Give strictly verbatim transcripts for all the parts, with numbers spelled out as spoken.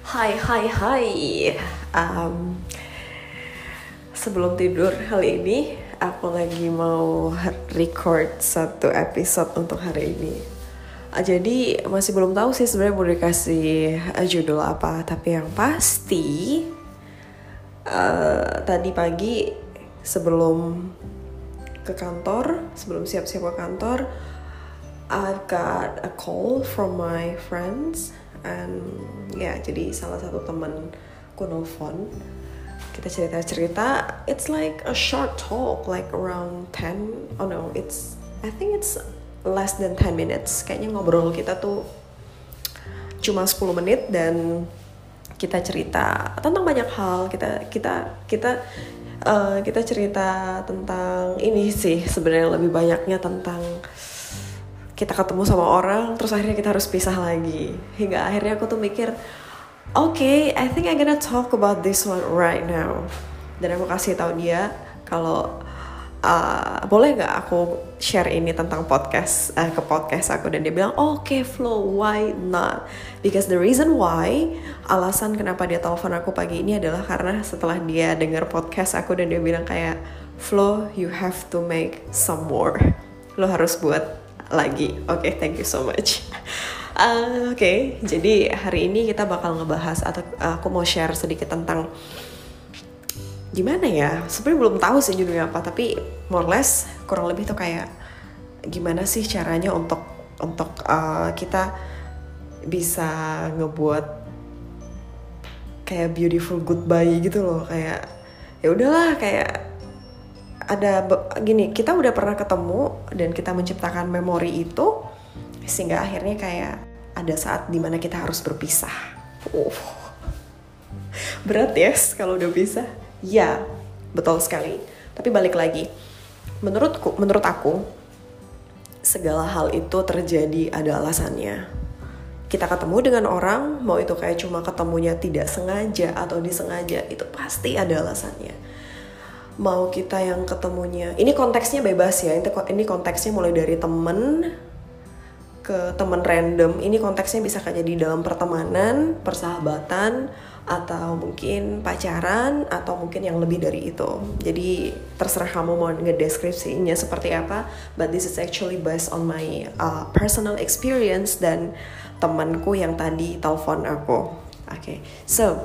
Hai, hai, hai. Um, sebelum tidur kali ini, aku lagi mau record satu episode untuk hari ini. Uh, jadi masih belum tahu sih sebenarnya mau dikasih uh, judul apa, tapi yang pasti uh, tadi pagi sebelum ke kantor, sebelum siap-siap ke kantor, I've got a call from my friends. And ya, yeah, jadi salah satu temanku nelfon. Kita cerita-cerita. It's like a short talk, like around ten. Oh no, it's I think it's less than ten minutes. Kayaknya ngobrol kita tuh cuma sepuluh menit dan kita cerita tentang banyak hal. Kita kita kita uh, kita cerita tentang ini sih sebenarnya lebih banyaknya tentang kita ketemu sama orang, terus akhirnya kita harus pisah lagi. Hingga akhirnya aku tuh mikir, oke, okay, I think I'm gonna talk about this one right now. Dan aku kasih tahu dia kalau uh, boleh nggak aku share ini tentang podcast uh, ke podcast aku. Dan dia bilang, oke okay, Flo, why not? Because the reason why, alasan kenapa dia telepon aku pagi ini adalah karena setelah dia dengar podcast aku dan dia bilang kayak, Flo, you have to make some more. Lo harus buat lagi. Oke, okay, thank you so much. Uh, Oke, okay, jadi hari ini kita bakal ngebahas atau uh, aku mau share sedikit tentang gimana ya. Sebenarnya belum tahu sih judulnya apa, tapi more or less kurang lebih tuh kayak gimana sih caranya untuk untuk uh, kita bisa ngebuat kayak beautiful goodbye gitu loh. Kayak ya udahlah, kayak ada gini, kita udah pernah ketemu dan kita menciptakan memori itu sehingga akhirnya kayak ada saat dimana kita harus berpisah. Uh, berat ya yes, kalau udah pisah. Ya, betul sekali. Tapi balik lagi, menurutku, menurut aku, segala hal itu terjadi ada alasannya. Kita ketemu dengan orang, mau itu kayak cuma ketemunya tidak sengaja atau disengaja, itu pasti ada alasannya. Mau kita yang ketemunya, ini konteksnya bebas ya, ini konteksnya mulai dari temen ke temen random, ini konteksnya bisa kayak jadi dalam pertemanan, persahabatan, atau mungkin pacaran, atau mungkin yang lebih dari itu. Jadi terserah kamu mau ngedeskripsinya seperti apa, but this is actually based on my uh, personal experience dan temanku yang tadi telepon aku. Oke, okay. so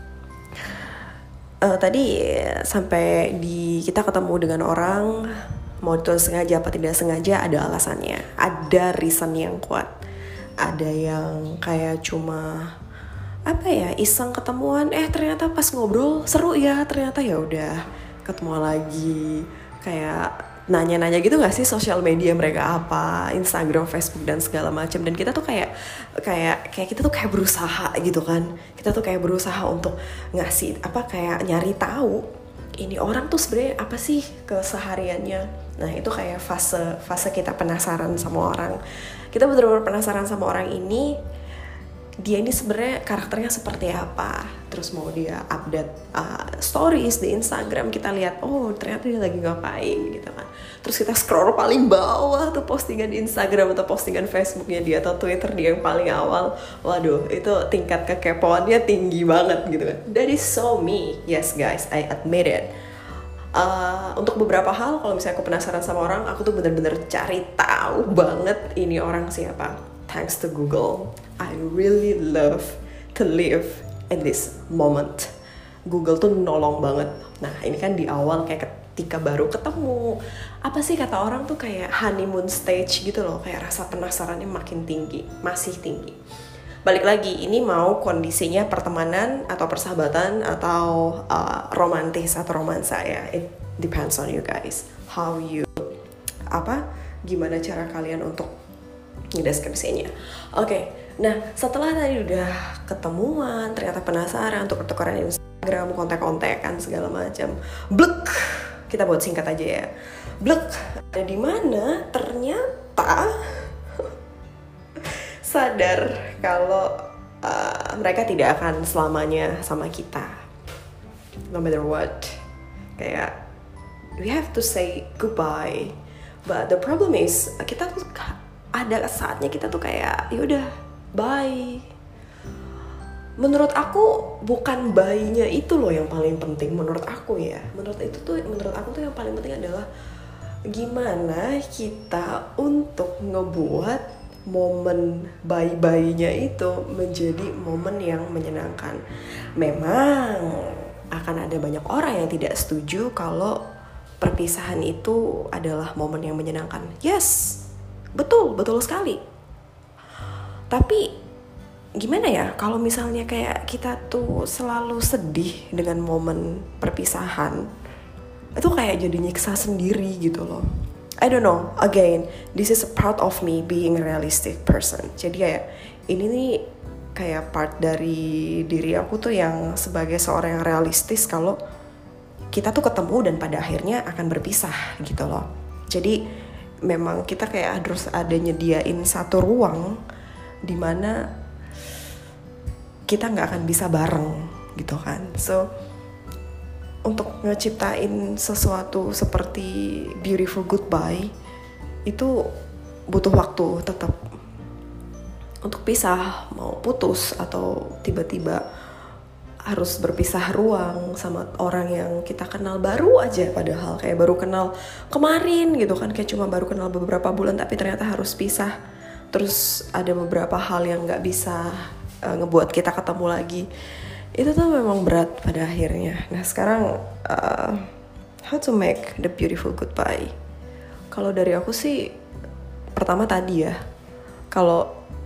Uh, tadi sampai di kita ketemu dengan orang, mau itu sengaja apa tidak sengaja ada alasannya, ada reason yang kuat, ada yang kayak cuma apa ya iseng ketemuan, eh ternyata pas ngobrol seru ya, ternyata ya udah ketemu lagi, kayak nanya-nanya gitu nggak sih sosial media mereka apa, Instagram, Facebook dan segala macam. Dan kita tuh kayak kayak kayak kita tuh kayak berusaha gitu kan, kita tuh kayak berusaha untuk ngasih apa kayak nyari tahu ini orang tuh sebenarnya apa sih kesehariannya. Nah itu kayak fase fase kita penasaran sama orang, kita benar-benar penasaran sama orang ini, dia ini sebenarnya karakternya seperti apa. Terus mau dia update uh, stories di Instagram, kita lihat oh ternyata dia lagi ngapain gitu kan. Terus kita scroll paling bawah tuh postingan di Instagram atau postingan Facebooknya dia atau Twitter dia yang paling awal. Waduh, itu tingkat kekepoannya tinggi banget gitu kan. That is so me. Yes guys, I admit it. Uh, untuk beberapa hal, kalau misalnya aku penasaran sama orang, aku tuh bener-bener cari tahu banget ini orang siapa. Thanks to Google, I really love to live in this moment. Google tuh nolong banget. Nah ini kan di awal kayak ketika baru ketemu, apa sih kata orang tuh kayak honeymoon stage gitu loh, kayak rasa penasarannya makin tinggi, masih tinggi. Balik lagi, ini mau kondisinya pertemanan atau persahabatan atau uh, romantis atau romansa ya. It depends on you guys. How you apa? Gimana cara kalian untuk deskripsinya. Oke, okay. Nah setelah tadi udah ketemuan, ternyata penasaran untuk pertukaran Instagram, kontak-kontakan segala macam, blek, kita buat singkat aja ya, blek, ada di mana ternyata sadar kalau uh, mereka tidak akan selamanya sama kita, no matter what, kayak we have to say goodbye, but the problem is kita tuh ada saatnya kita tuh kayak yaudah bye, menurut aku bukan bayinya itu loh yang paling penting menurut aku ya. Menurut itu tuh menurut aku tuh yang paling penting adalah gimana kita untuk ngebuat momen bayi-bayinya itu menjadi momen yang menyenangkan. Memang akan ada banyak orang yang tidak setuju kalau perpisahan itu adalah momen yang menyenangkan. Yes, betul, betul sekali. Tapi gimana ya kalau misalnya kayak kita tuh selalu sedih dengan momen perpisahan, itu kayak jadi nyiksa sendiri gitu loh. I don't know, again, this is a part of me being a realistic person. Jadi kayak ini nih kayak part dari diri aku tuh yang sebagai seorang yang realistis kalau kita tuh ketemu dan pada akhirnya akan berpisah gitu loh. Jadi memang kita kayak harus ada nyediain satu ruang di mana kita nggak akan bisa bareng gitu kan. So untuk ngeciptain sesuatu seperti beautiful goodbye itu butuh waktu tetap untuk pisah, mau putus atau tiba-tiba harus berpisah ruang sama orang yang kita kenal baru aja, padahal kayak baru kenal kemarin gitu kan, kayak cuma baru kenal beberapa bulan tapi ternyata harus pisah. Terus ada beberapa hal yang nggak bisa uh, ngebuat kita ketemu lagi. Itu tuh memang berat pada akhirnya. Nah sekarang uh, how to make the beautiful goodbye? Kalau dari aku sih pertama tadi ya, kalau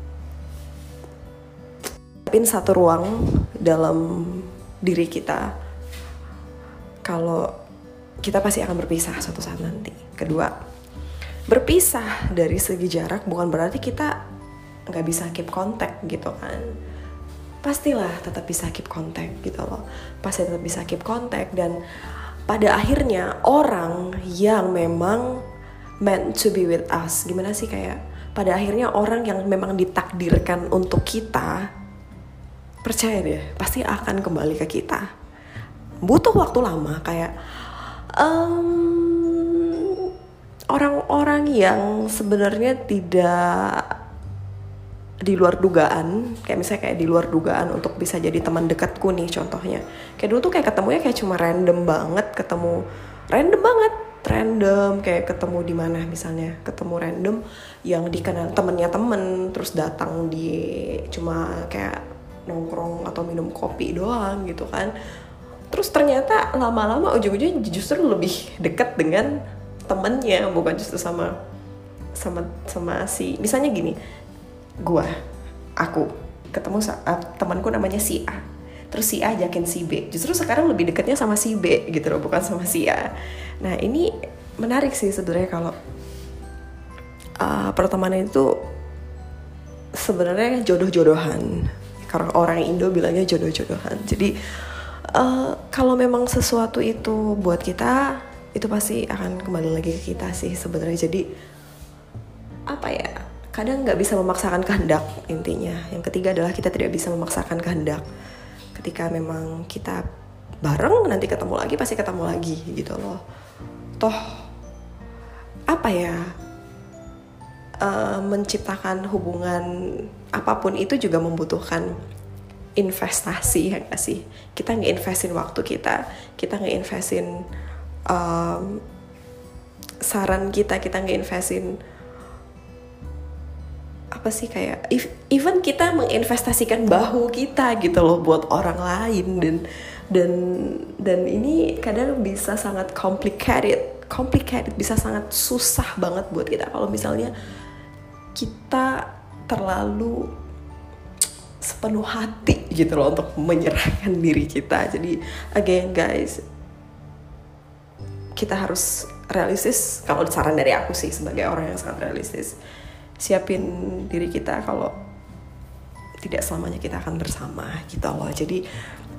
pin satu ruang dalam diri kita kalau kita pasti akan berpisah suatu saat nanti. Kedua, berpisah dari segi jarak bukan berarti kita nggak bisa keep contact gitu kan. Pastilah tetap bisa keep contact gitu loh. Pasti tetap bisa keep contact dan pada akhirnya orang yang memang meant to be with us, gimana sih kayak pada akhirnya orang yang memang ditakdirkan untuk kita, percaya deh pasti akan kembali ke kita. Butuh waktu lama kayak um, orang-orang yang sebenarnya tidak di luar dugaan, kayak misalnya kayak di luar dugaan untuk bisa jadi teman dekatku nih contohnya. Kayak dulu tuh kayak ketemunya kayak cuma random banget, ketemu random banget, random kayak ketemu di mana misalnya, ketemu random yang dikenal temennya temen, terus datang di cuma kayak nongkrong atau minum kopi doang gitu kan. Terus ternyata lama-lama ujung-ujungnya justru lebih dekat dengan temennya, bukan justru sama sama sama si misalnya gini. Gua, aku ketemu uh, temanku namanya si A, terus si A ajakin si B, justru sekarang lebih dekatnya sama si B gitu loh, bukan sama si A. Nah ini menarik sih sebenarnya kalau uh, pertemanan itu sebenarnya jodoh-jodohan. Karena orang Indo bilangnya jodoh-jodohan. Jadi uh, kalau memang sesuatu itu buat kita, itu pasti akan kembali lagi ke kita sih sebenarnya. Jadi apa ya? Kadang nggak bisa memaksakan kehendak intinya. Yang ketiga adalah kita tidak bisa memaksakan kehendak. Ketika memang kita bareng nanti ketemu lagi pasti ketemu lagi gitu loh. Toh apa ya? Uh, menciptakan hubungan apapun itu juga membutuhkan investasi ya nggak sih? Kita nge-investin waktu kita, kita nge-investin um, saran kita, kita nge-investin apa sih kayak if, even kita menginvestasikan bahu kita gitu loh buat orang lain dan dan dan ini kadang bisa sangat complicated, complicated bisa sangat susah banget buat kita kalau misalnya kita terlalu sepenuh hati gitu loh untuk menyerahkan diri kita. Jadi again guys, kita harus realistis. Kalau saran dari aku sih sebagai orang yang sangat realistis, siapin diri kita kalau tidak selamanya kita akan bersama gitu loh. Jadi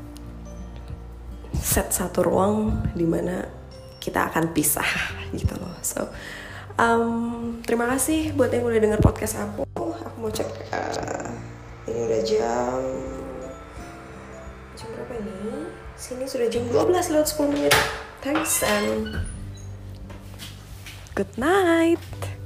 set satu ruang di mana kita akan pisah gitu loh. So um, terima kasih buat yang udah denger podcast aku. Aku mau cek uh, ini udah jam jam berapa ini? Sini sudah jam dua belas lewat sepuluh menit. Thanks and good night.